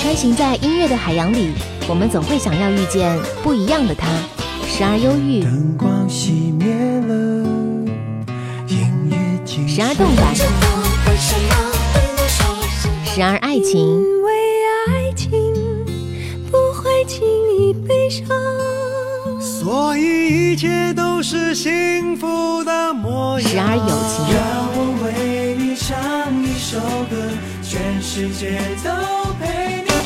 穿行在音乐的海洋里，我们总会想要遇见不一样的他，时而忧郁， 灯光熄灭了，音乐静时而动感，时而爱情。 因为爱情不会轻易悲伤， 所以一切都是幸福的模样。 时而友情， 让我为你唱一首歌，全世界都陪你。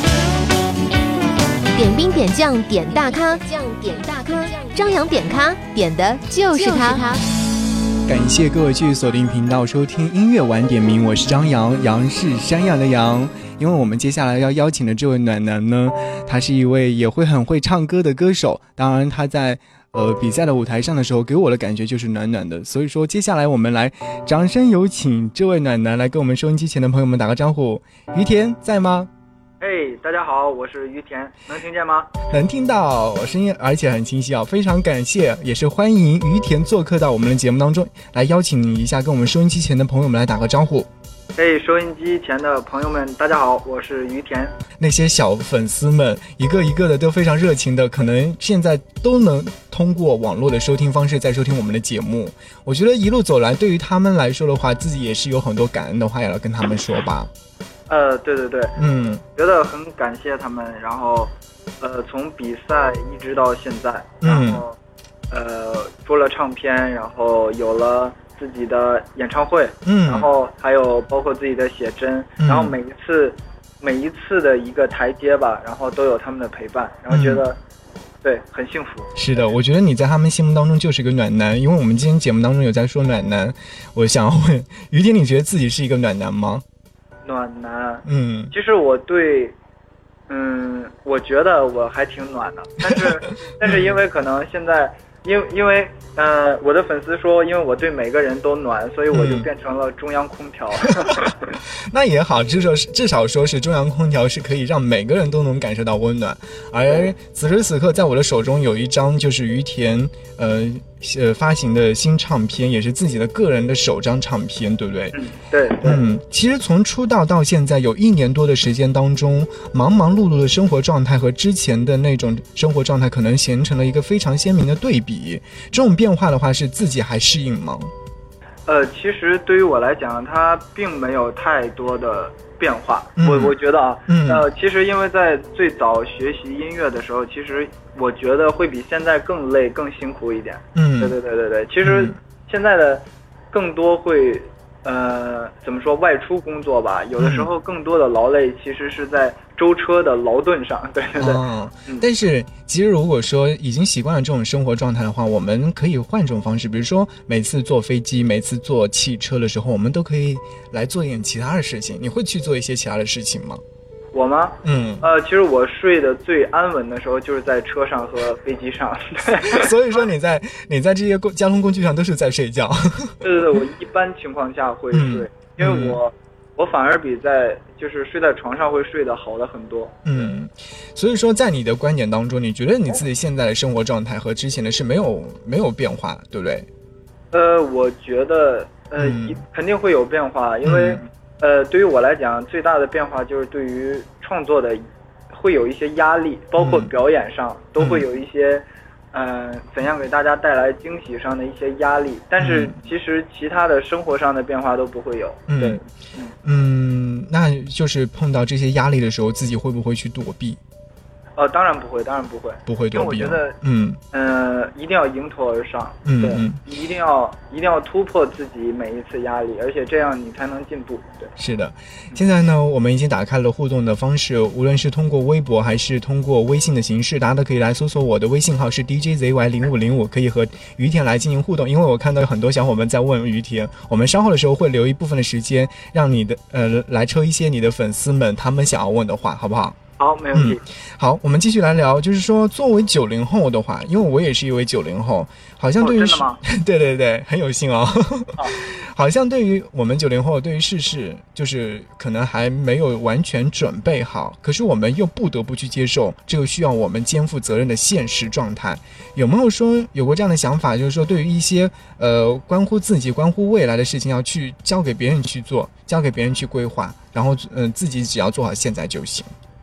点兵点将点大咖，张扬点咖点的就是他。 感谢各位继续锁定频道收听音乐晚点名，我是张扬，杨是山羊的羊。因为我们接下来要邀请的这位暖男呢，他是一位也很会唱歌的歌手，当然他在比赛的舞台上的时候给我的感觉就是暖暖的，所以说接下来我们来掌声有请这位暖男来跟我们收音机前的朋友们打个招呼。于田在吗？ 大家好，我是于田，能听见吗？ 能听到，声音而且很清晰啊！非常感谢，也是欢迎于田做客到我们的节目当中来，邀请你一下，跟我们收音机前的朋友们来打个招呼。 收音机前的朋友们，大家好，我是于田。 那些小粉丝们，一个一个的都非常热情的，可能现在都能通过网络的收听方式在收听我们的节目。我觉得一路走来，对于他们来说的话，自己也是有很多感恩的话要跟他们说吧。 对，觉得很感谢他们，然后从比赛一直到现在，然后出了唱片，然后有了自己的演唱会，然后还有包括自己的写真，然后每一次的一个台阶吧，然后都有他们的陪伴，然后觉得对很幸福。是的，我觉得你在他们心目当中就是一个暖男，因为我们今天节目当中有在说暖男，我想要问于田，你觉得自己是一个暖男吗？ 暖男，其实我对，我觉得我还挺暖的，但是因为可能现在，因为我的粉丝说，因为我对每个人都暖，所以我就变成了中央空调。 那也好，至少说是中央空调是可以让每个人都能感受到温暖。而此时此刻，在我的手中有一张就是于田发行的新唱片，也是自己的个人的首张唱片，对不对？ 对。 其实从出道到现在有1年多的时间当中，忙忙碌碌的生活状态和之前的那种生活状态可能形成了一个非常鲜明的对比。这种变化的话，是自己还适应吗？ 其实对于我来讲，它并没有太多的变化。我觉得啊，其实因为在最早学习音乐的时候，其实我觉得会比现在更累、更辛苦一点。对。其实现在的更多会怎么说，外出工作吧，有的时候更多的劳累其实是在舟车的劳顿上。对。 但是其实如果说已经习惯了这种生活状态的话，我们可以换种方式，比如说每次坐飞机，每次坐汽车的时候，我们都可以来做一点其他的事情。你会去做一些其他的事情吗？ 我吗？其实我睡得最安稳的时候就是在车上和飞机上。 所以说你在这些交通工具上都是在睡觉。 对，我一般情况下会睡，因为我反而比就是睡在床上会睡得好了很多。 所以说在你的观点当中，你觉得你自己现在的生活状态和之前的是没有变化，对不对？ 我觉得肯定会有变化，因为对于我来讲，最大的变化就是对于创作的会有一些压力，包括表演上都会有一些怎样给大家带来惊喜上的一些压力，但是其实其他的生活上的变化都不会有。对。 那就是碰到这些压力的时候，自己会不会去躲避？ 当然不会，不会躲避。因为我觉得，一定要迎头而上，对，一定要突破自己每一次压力，而且这样你才能进步。对， 是的。现在呢，我们已经打开了互动的方式，无论是通过微博还是通过微信的形式，大家都可以来搜索我的微信号是 DJZY0505，可以和于田来进行互动。因为我看到有很多小伙伴在问于田，我们稍后的时候会留一部分的时间，让你的来抽一些你的粉丝们他们想要问的话，好不好？ 好，没问题。 好，我们继续来聊，就是说作为90后的话，因为我也是一位90后，好像对于真的吗？ 对，很有幸哦。好像对于我们90后，对于世事就是可能还没有完全准备好，可是我们又不得不去接受这个需要我们肩负责任的现实状态。有没有说有过这样的想法，就是说对于一些关乎自己、关乎未来的事情，要去交给别人去做，交给别人去规划，然后自己只要做好现在就行？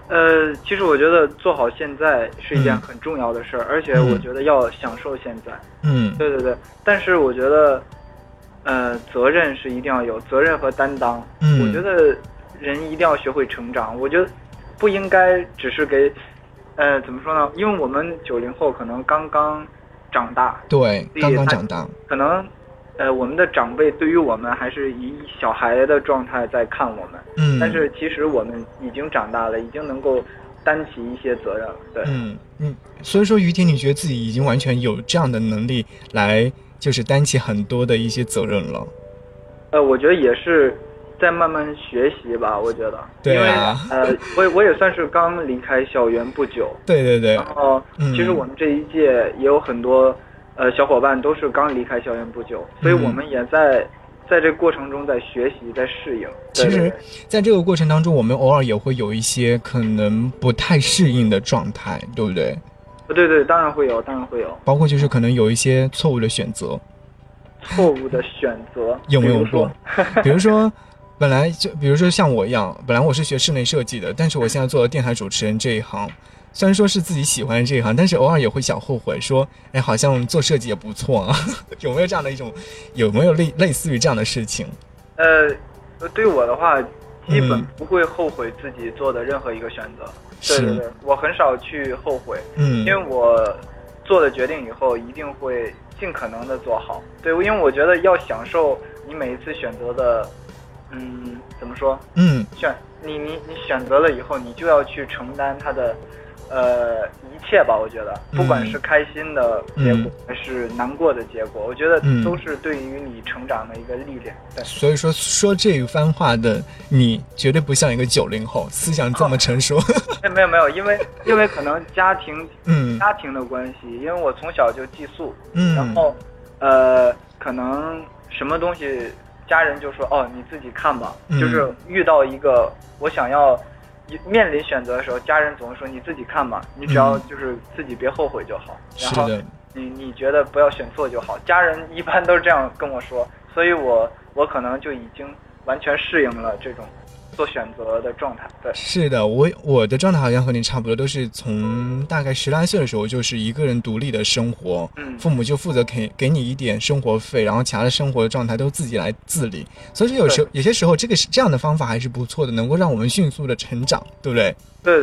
其实我觉得做好现在是一件很重要的事儿，而且我觉得要享受现在。对对对。但是我觉得，责任是一定要有，责任和担当。我觉得人一定要学会成长。我觉得不应该只是给，怎么说呢？因为我们90后可能刚刚长大， 对，刚刚长大， 可能。我们的长辈对于我们还是以小孩的状态在看我们，但是其实我们已经长大了，已经能够担起一些责任了。对， 所以说于婷，你觉得自己已经完全有这样的能力来，就是担起很多的一些责任了？ 我觉得也是在慢慢学习吧，我觉得。 对啊。 因为我也算是刚离开校园不久。对对对。然后，其实我们这一届也有很多。小伙伴都是刚离开校园不久，所以我们也在这个过程中在学习，在适应。 其实在这个过程当中，我们偶尔也会有一些可能不太适应的状态，对不对？ 对对，当然会有，当然会有。 包括就是可能有一些错误的选择。 错误的选择有没有过？比如说比如说像我一样，本来我是学室内设计的，但是我现在做了电台主持人这一行。虽然说是自己喜欢这一行，但是偶尔也会小后悔，说，哎，好像做设计也不错啊。有没有这样的一种，有没有类似于这样的事情？ 对我的话，基本不会后悔自己做的任何一个选择。对对对，我很少去后悔。因为我做了决定以后，一定会尽可能的做好。对，因为我觉得要享受你每一次选择的，怎么说？你选择了以后，你就要去承担它的。一切吧，我觉得不管是开心的结果还是难过的结果，我觉得都是对于你成长的一个历练。对， 所以说这一番话的你绝对不像一个90后，思想这么成熟。 没有，因为可能家庭的关系，因为我从小就寄宿，然后可能什么东西家人就说你自己看吧，就是遇到一个我想要。面临选择的时候，家人总是说你自己看嘛，你只要就是自己别后悔就好。然后你觉得不要选错就好，家人一般都是这样跟我说，所以我可能就已经完全适应了这种做选择的状态。对， 是的，我的状态好像和你差不多，都是从大概10来岁的时候就是一个人独立的生活，父母就负责给你一点生活费，然后其他的生活的状态都自己来自理，所以有些时候这样的方法还是不错的，能够让我们迅速的成长，对不对？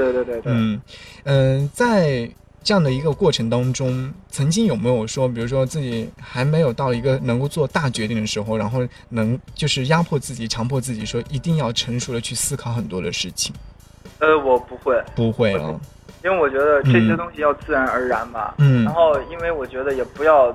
对。 在这样的一个过程当中，曾经有没有说，比如说自己还没有到一个能够做大决定的时候，然后就是压迫自己、强迫自己说一定要成熟的去思考很多的事情？ 我不会了， 因为我觉得这些东西要自然而然吧。然后因为我觉得也不要，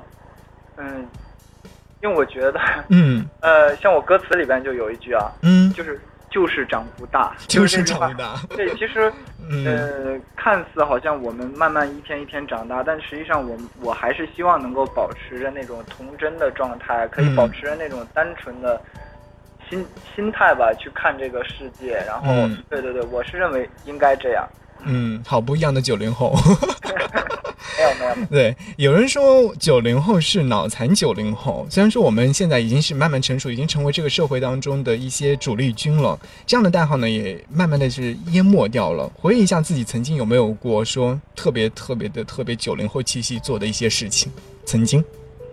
因为我觉得，像我歌词里边就有一句啊，就是长不大， 就是长不大。 对，其实，看似好像我们慢慢一天一天长大，但实际上我还是希望能够保持着那种童真的状态，可以保持着那种单纯的心态吧，去看这个世界。然后，对，我是认为应该这样。 好不一样的90后。 没有。 对，有人说90后是脑残90后，虽然说我们现在已经是慢慢成熟，已经成为这个社会当中的一些主力军了，这样的代号呢也慢慢的是淹没掉了。回忆一下自己曾经有没有过说特别90后气息做的一些事情？曾经。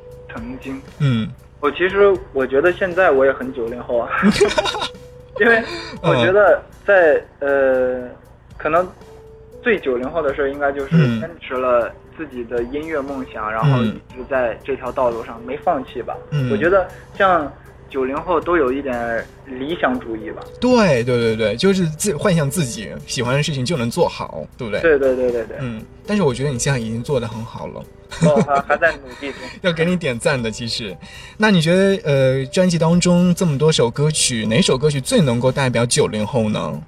我觉得现在我也很90后啊，因为我觉得在可能最90后的事应该就是坚持了自己的音乐梦想，然后一直在这条道路上没放弃吧。我觉得像90后都有一点理想主义吧。 对，就是幻想自己喜欢的事情就能做好，对不对？ 对。 但是我觉得你现在已经做得很好了。 还在努力中。 要给你点赞的。其实，那你觉得专辑当中这么多首歌曲，哪首歌曲最能够代表90后呢？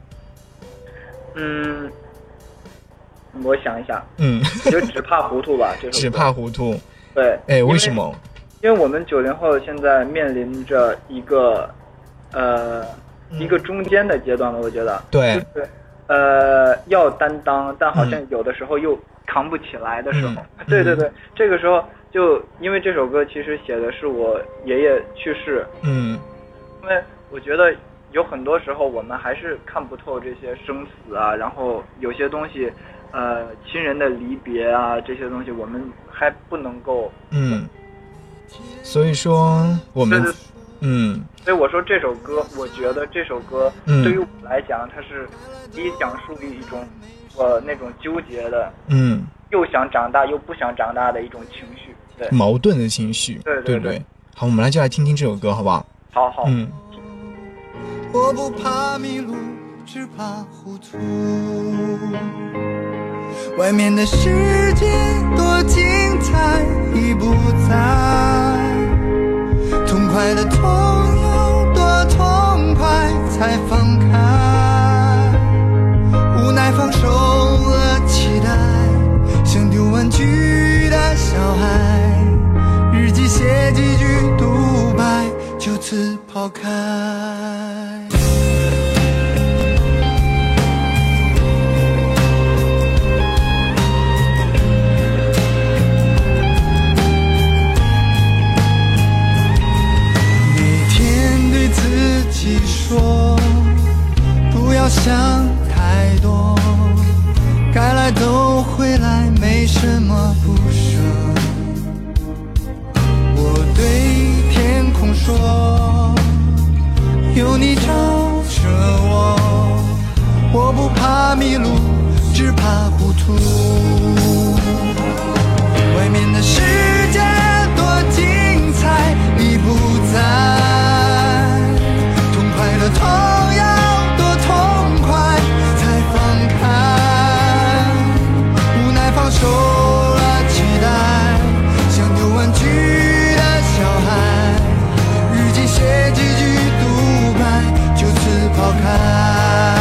我想一想，就只怕糊涂吧。 只怕糊涂。 对。 为什么？ 因为我们90后现在面临着一个中间的阶段了，我觉得。 对。 就是要担当，但好像有的时候又扛不起来的时候。对，这个时候就因为这首歌其实写的是我爷爷去世。因为我觉得有很多时候我们还是看不透这些生死啊，然后有些东西，亲人的离别啊，这些东西我们还不能够。 所以说我们， 所以我说这首歌，我觉得这首歌对于我来讲，它是第一讲述一种那种纠结的，又想长大又不想长大的一种情绪，对， 矛盾的情绪，对。好，我们就来听听这首歌，好不好？ 好。 我不怕迷路，只怕糊涂。外面的世界多精彩，已不在。痛快的痛有多痛快才放开？无奈放手了期待，像丢玩具的小孩。日记写几句独白，就此抛开。说不要想太多，该来都会来，没什么不舍。我对天空说，有你照着我不怕迷路，只怕糊涂。外面的世界多精彩，你不在。痛要多痛快才放开？无奈放手了期待，像丢玩具的小孩。日记写几句独白，就此抛开。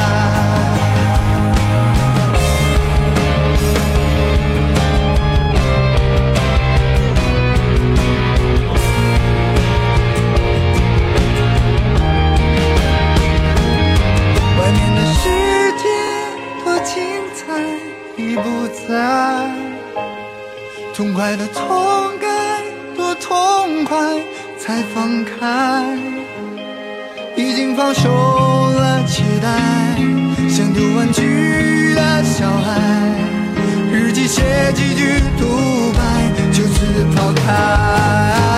痛快的痛该多痛快才放开？已经放手了期待，像丢玩具的小孩。日记写几句独白，就此抛开。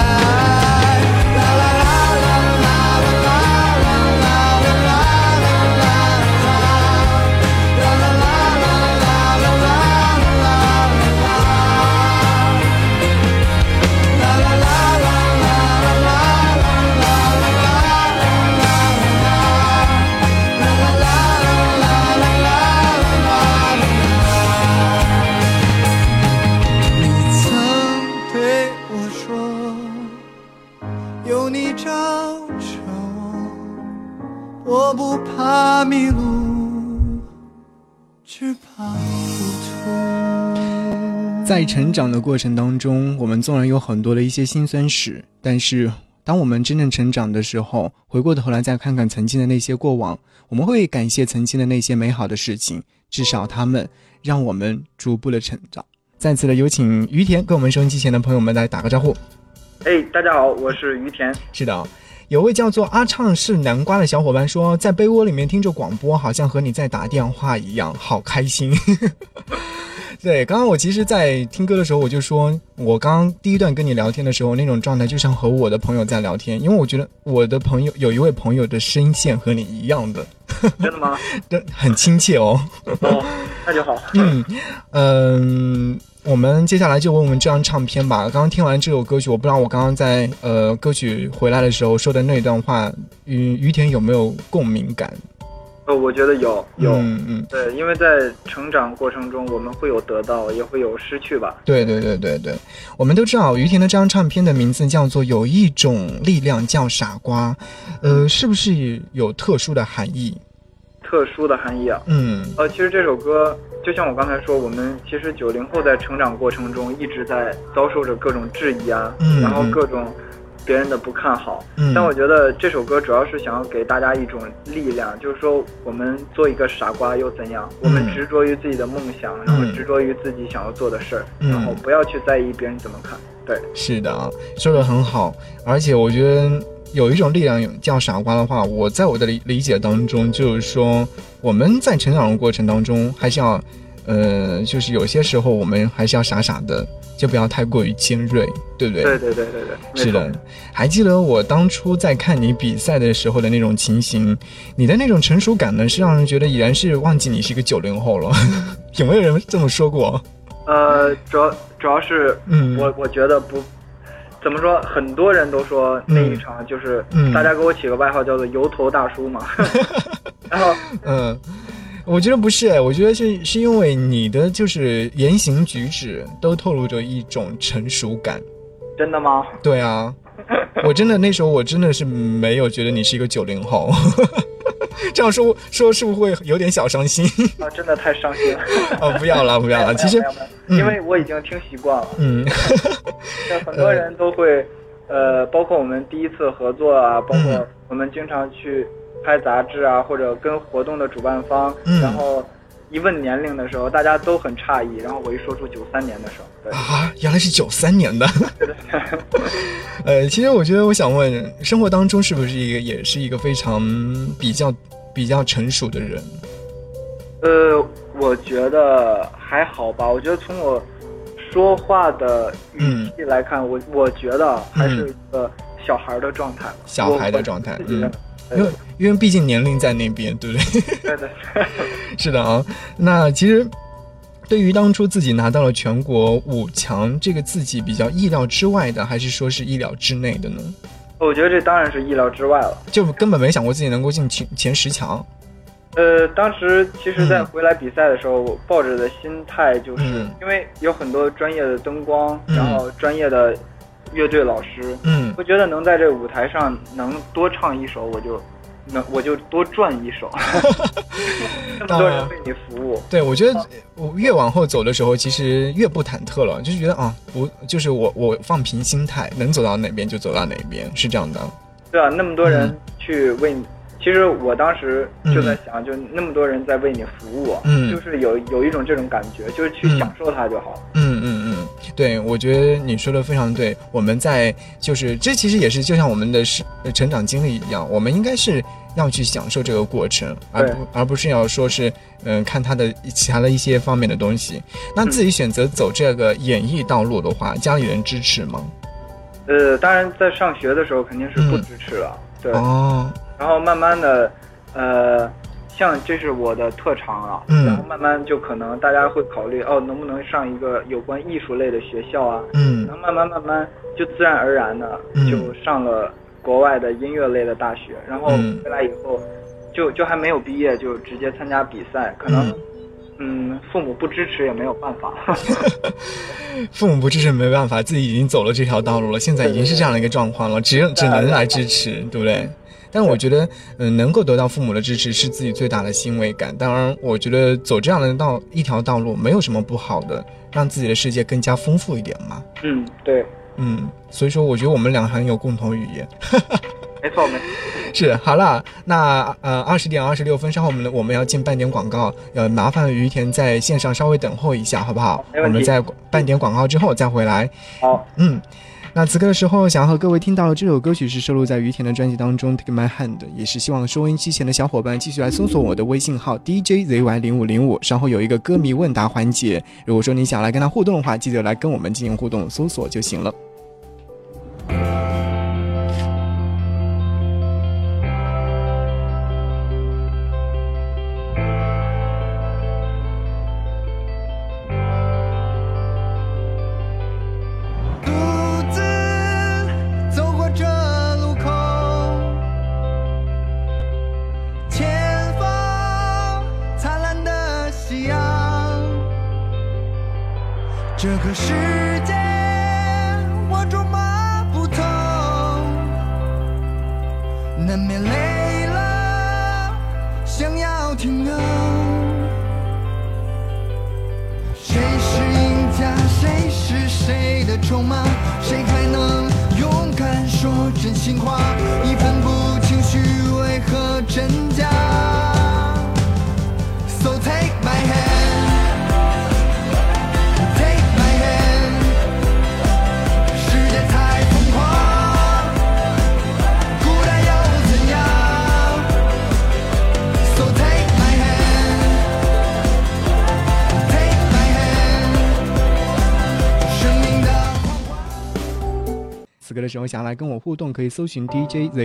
我不怕迷路，只怕糊涂。 在成长的过程当中，我们纵然有很多的一些辛酸史，但是当我们真正成长的时候，回过头来再看看曾经的那些过往，我们会感谢曾经的那些美好的事情，至少他们让我们逐步的成长。再次的有请于田跟我们收音机前的朋友们来打个招呼。 大家好，我是于田。 是的，有位叫做阿畅是南瓜的小伙伴说，在被窝里面听着广播，好像和你在打电话一样，好开心。对，刚刚我其实在听歌的时候，我就说我刚刚第一段跟你聊天的时候，那种状态就像和我的朋友在聊天，因为我觉得我的朋友有一位朋友的声线和你一样的。 真的吗？ 很亲切哦。 那就好。 我们接下来就问我们这张唱片吧。刚刚听完这首歌曲，我不知道我刚刚在歌曲回来的时候说的那段话，于田有没有共鸣感？ 我觉得有。对，因为在成长过程中，我们会有得到，也会有失去吧。对， 我们都知道于田的这张唱片的名字叫做《有一种力量叫傻瓜》，是不是有特殊的含义？ 特殊的含义啊？其实这首歌就像我刚才说，我们其实90后在成长过程中一直在遭受着各种质疑啊，然后各种别人的不看好，但我觉得这首歌主要是想要给大家一种力量，就是说我们做一个傻瓜又怎样，我们执着于自己的梦想，然后执着于自己想要做的事儿，然后不要去在意别人怎么看。对， 是的，说得很好。而且我觉得有一种力量叫傻瓜的话，我在我的理解当中，就是说我们在成长的过程当中，还是要，就是有些时候我们还是要傻傻的，就不要太过于尖锐，对不对？ 对， 是的。还记得我当初在看你比赛的时候的那种情形，你的那种成熟感呢，是让人觉得已然是忘记你是一个90后了。有没有人这么说过？ 主要是，我觉得不。怎么说？很多人都说那一场就是大家给我起个外号叫做油头大叔嘛。然后我觉得不是，我觉得是因为你的就是言行举止都透露着一种成熟感。 真的吗？ 对啊，我真的那时候我真的是没有觉得你是一个90后。这样说是不是会有点小伤心啊？真的太伤心了。 不要了。其实因为我已经听习惯了。很多人都会包括我们第一次合作啊，包括我们经常去拍杂志啊，或者跟活动的主办方，然后一问年龄的时候，大家都很诧异，然后我一说出93年的时候，对啊，原来是93年的。其实我觉得，我想问，生活当中是不是也是一个非常比较成熟的人？ 我觉得还好吧。我觉得从我说话的语气来看，我觉得还是一个小孩的状态。 小孩的状态，因为毕竟年龄在那边，对不对？对。 是的啊。那其实对于当初自己拿到了全国5强，这个自己比较意料之外的，还是说是意料之内的呢？ 我觉得这当然是意料之外了， 就根本没想过自己能够进前10强。 当时其实在回来比赛的时候，我抱着的心态就是，因为有很多专业的灯光，然后专业的乐队老师，我觉得能在这个舞台上能多唱一首，我就多赚一首。那么多人为你服务。 对，我觉得我越往后走的时候，其实越不忐忑了，就是觉得就是我放平心态，能走到哪边就走到哪边，是这样的。 对啊，那么多人去为你。其实我当时就在想，就那么多人在为你服务，就是有一种这种感觉，就是去享受它就好。 对，我觉得你说的非常对。我们在就是这其实也是就像我们的成长经历一样，我们应该是要去享受这个过程，而不是要说是看他的其他的一些方面的东西。那自己选择走这个演艺道路的话，家里人支持吗？ 当然在上学的时候肯定是不支持了。对。然后慢慢的，像这是我的特长啊，然后慢慢就可能大家会考虑能不能上一个有关艺术类的学校啊，然后慢慢就自然而然的就上了国外的音乐类的大学，然后回来以后就还没有毕业就直接参加比赛，可能父母不支持也没有办法。 父母不支持没办法，自己已经走了这条道路了，现在已经是这样的一个状况了，只能来支持，对不对？但我觉得，能够得到父母的支持是自己最大的欣慰感。当然，我觉得走这样的一条道路没有什么不好的，让自己的世界更加丰富一点嘛。 对。 所以说，我觉得我们俩很有共同语言。 没错。 是，好了，那20点26分，稍后我们要进半点广告，麻烦于田在线上稍微等候一下，好不好？我们在半点广告之后再回来。 好。 那此刻的时候，想要和各位听到的这首歌曲是收录在于田的专辑当中 Take My Hand， 也是希望收音机前的小伙伴继续来搜索我的微信号 DJZY0505， 稍后有一个歌迷问答环节，如果说你想来跟他互动的话，记得来跟我们进行互动，搜索就行了。 这个世界我捉摸不透，难免累了想要停留。谁是赢家，谁是谁的筹码，谁还能勇敢说真心话，一分不清虚伪和真假。 So take my hand，孤刻的时候想要来跟我互动，可以搜寻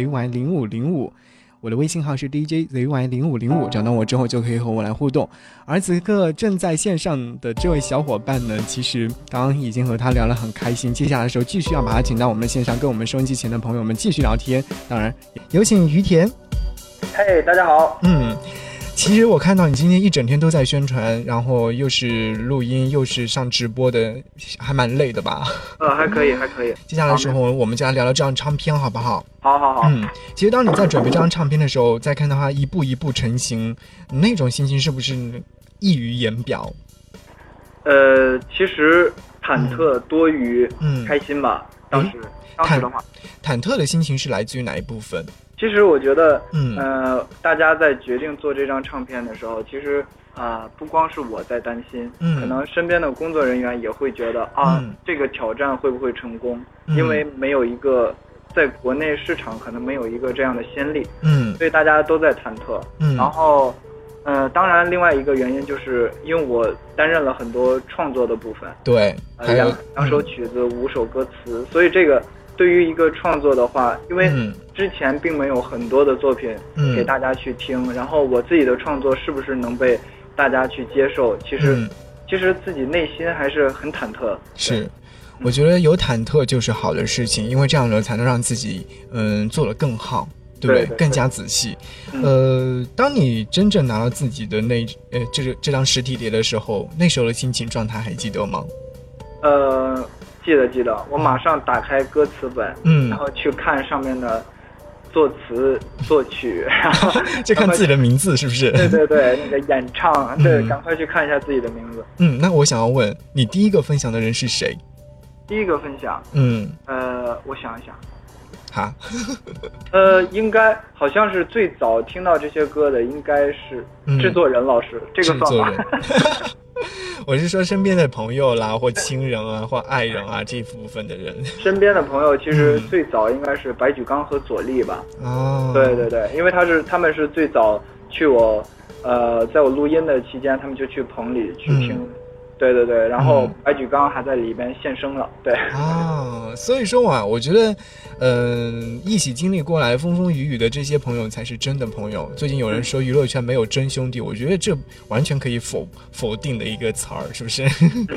DJZY0505，我的微信号是 DJZY0505，找到我之后就可以和我来互动。而此刻正在线上的这位小伙伴呢，其实刚刚已经和他聊得很开心，接下来的时候继续要把他请到我们的线上，跟我们收音机前的朋友们继续聊天。当然有请于田。 嘿，大家好。 其实我看到你今天一整天都在宣传，然后又是录音又是上直播的，还蛮累的吧？ 还可以。 接下来的时候我们就来聊聊这张唱片好不好？ 好。 其实当你在准备这张唱片的时候，再看到它一步一步成型，那种心情是不是溢于言表？ 其实忐忑多于开心吧。当时的话， 忐忑的心情是来自于哪一部分？ 其实我觉得，大家在决定做这张唱片的时候，其实不光是我在担心，可能身边的工作人员也会觉得这个挑战会不会成功？因为没有一个在国内市场可能没有一个这样的先例，所以大家都在忐忑。然后，当然另外一个原因就是因为我担任了很多创作的部分， 对，还有 2首曲子5首歌词，所以这个对于一个创作的话，因为之前并没有很多的作品给大家去听，然后我自己的创作是不是能被大家去接受，其实自己内心还是很忐忑。 是，我觉得有忐忑就是好的事情，因为这样呢才能让自己做得更好，对不对？更加仔细。当你真正拿到自己的这张实体碟的时候，那时候的心情状态还记得吗？ 记得，我马上打开歌词本，然后去看上面的作词作曲，然后就看自己的名字是不是？ 对，那个演唱，对，赶快去看一下自己的名字。 那我想要问你，第一个分享的人是谁？ 第一个分享，我想一想， 哈， 应该好像是最早听到这些歌的，应该是制作人老师，这个算吗？ 我是说身边的朋友啦，或亲人啊，或爱人啊，这一部分的人。 身边的朋友其实最早应该是白举纲和左立吧。对，因为他们是最早去在我录音的期间，他们就去棚里去听。对，然后白举纲还在里边现身了。对所以说我觉得一起经历过来风风雨雨的这些朋友才是真的朋友。最近有人说娱乐圈没有真兄弟，我觉得这完全可以否定的一个词儿，是不是？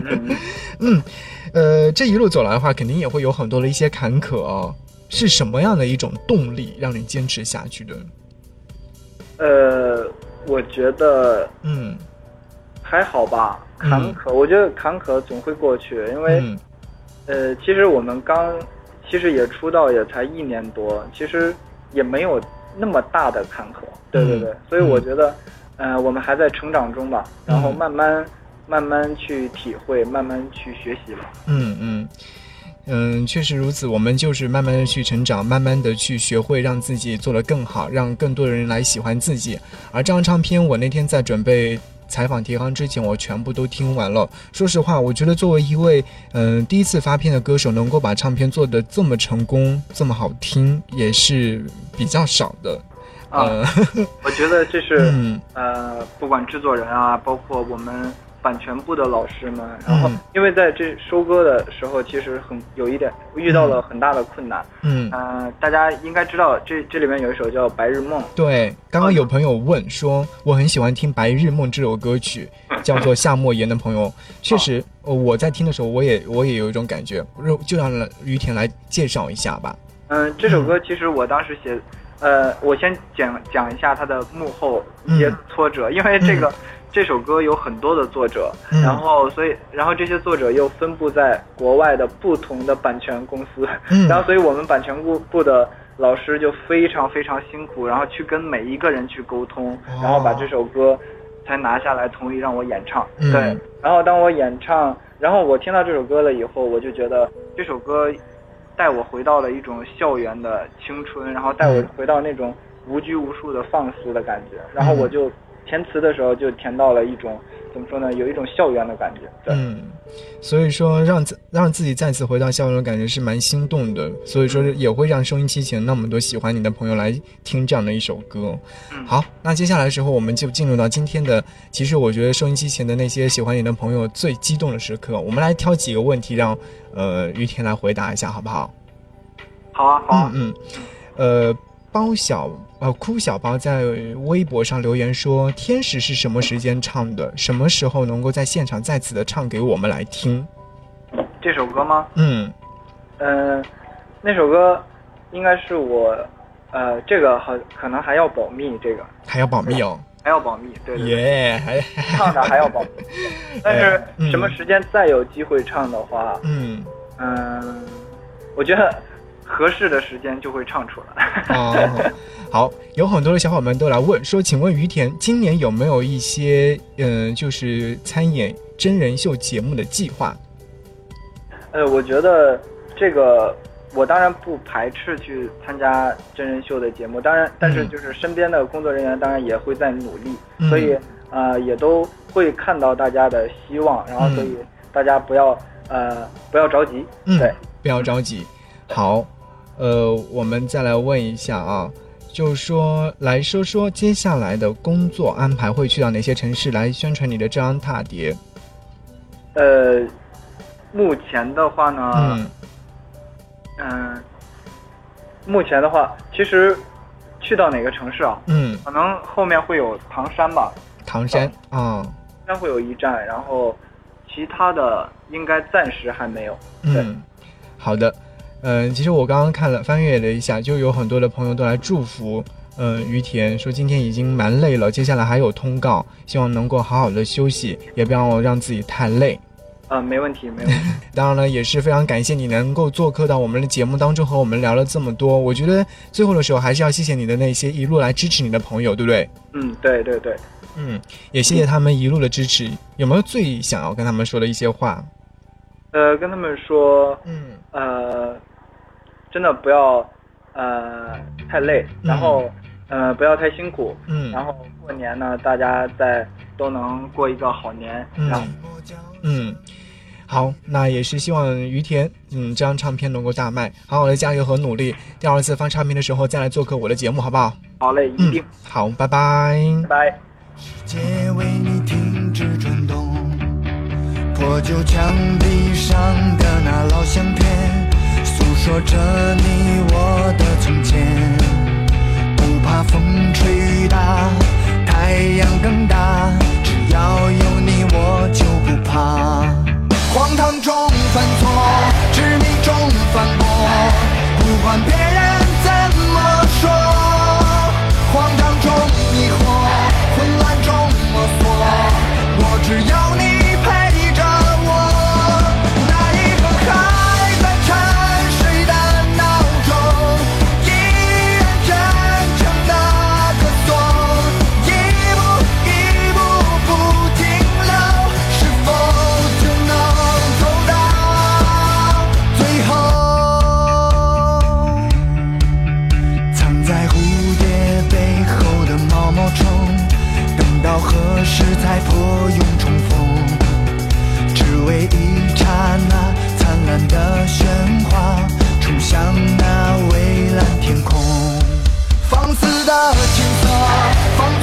这一路走来的话，肯定也会有很多的一些坎坷是什么样的一种动力让你坚持下去的？ 我觉得还好吧。坎坷，我觉得坎坷总会过去，因为其实我们其实也出道也才1年多，其实也没有那么大的坎坷。对，所以我觉得我们还在成长中吧，然后慢慢去体会，慢慢去学习吧。 确实如此，我们就是慢慢的去成长，慢慢的去学会让自己做得更好，让更多的人来喜欢自己。而这张唱片我那天在准备采访提纲之前，我全部都听完了。说实话，我觉得作为一位第一次发片的歌手，能够把唱片做得这么成功，这么好听，也是比较少的。 我觉得这是不管制作人啊，包括我们版权部的老师们，然后因为在这收歌的时候，其实有一点遇到了很大的困难。大家应该知道这里面有一首叫《白日梦》。 对，刚刚有朋友问说，我很喜欢听《白日梦》这首歌曲，叫做夏莫言的朋友，确实，我在听的时候，我也有一种感觉，就让于田来介绍一下吧。 这首歌其实我当时写，我先讲一下它的幕后一些挫折，因为这首歌有很多的作者，然后这些作者又分布在国外的不同的版权公司，然后所以我们版权部的老师就非常非常辛苦，然后去跟每一个人去沟通，然后把这首歌才拿下来同意让我演唱。对，然后当我演唱，然后我听到这首歌了以后，我就觉得这首歌带我回到了一种校园的青春，然后带我回到那种无拘无束的放肆的感觉，然后我就填词的时候就填到了一种怎么说呢，有一种校园的感觉。对， 所以说让自己再次回到校园的感觉是蛮心动的，所以说也会让收音机前那么多喜欢你的朋友来听这样的一首歌。好，那接下来的时候我们就进入到今天的，其实我觉得收音机前的那些喜欢你的朋友最激动的时刻，我们来挑几个问题让于田来回答一下好不好？ 好啊，好啊。 哭小包在微博上留言说，天使是什么时间唱的？什么时候能够在现场再次的唱给我们来听？ 这首歌吗？ 那首歌应该是我，这个可能还要保密，这个还要保密哦。 还要保密，对对对， 还唱的还要保密，但是什么时间再有机会唱的话，我觉得合适的时间就会唱出来。 好，有很多的小伙伴都来问说，请问于田今年有没有一些就是参演真人秀节目的计划？ 我觉得这个。我当然不排斥去参加真人秀的节目，当然，但是就是身边的工作人员当然也会在努力，所以也都会看到大家的希望，然后所以大家不要着急，对， 不要着急。好，我们再来问一下啊，就是说来说说接下来的工作安排，会去到哪些城市来宣传你的这张踏碟？ 目前的话呢。目前的话，其实去到哪个城市啊？可能后面会有唐山吧。唐山唐山会有一站，然后其他的应该暂时还没有。 好的。其实我刚刚看了翻阅了一下，就有很多的朋友都来祝福于田，说今天已经蛮累了，接下来还有通告，希望能够好好的休息，也不要让自己太累。 没问题，没问题。 当然了，也是非常感谢你能够做客到我们的节目当中，和我们聊了这么多。我觉得最后的时候还是要谢谢你的那些一路来支持你的朋友，对不对？ 对对对。 也谢谢他们一路的支持。有没有最想要跟他们说的一些话？ 跟他们说，真的不要太累，然后不要太辛苦，然后过年呢，大家都能过一个好年，然后。 好，那也是希望于田这张唱片能够大卖，好好的加油和努力，第二次放唱片的时候再来做客我的节目，好不好？ 好嘞，一定。 好，拜拜拜拜。 世界为你停止转动，破旧墙壁上的那老相片诉说着你我的从前，不怕风吹雨打，太阳更大，只要有你我就不怕。荒唐中犯错，执迷中反驳，不管别人怎么说。荒唐中迷惑，混乱中摸索，我只要你陪着我。那一个还在沉睡的闹钟，依然真诚地歌颂，一步一步不停留，是否就能走到最后？藏在蝴蝶背后的毛毛虫，等到何时才破蛹重逢？只为一刹那灿烂的喧哗，冲向那蔚蓝天空。放肆的青涩，放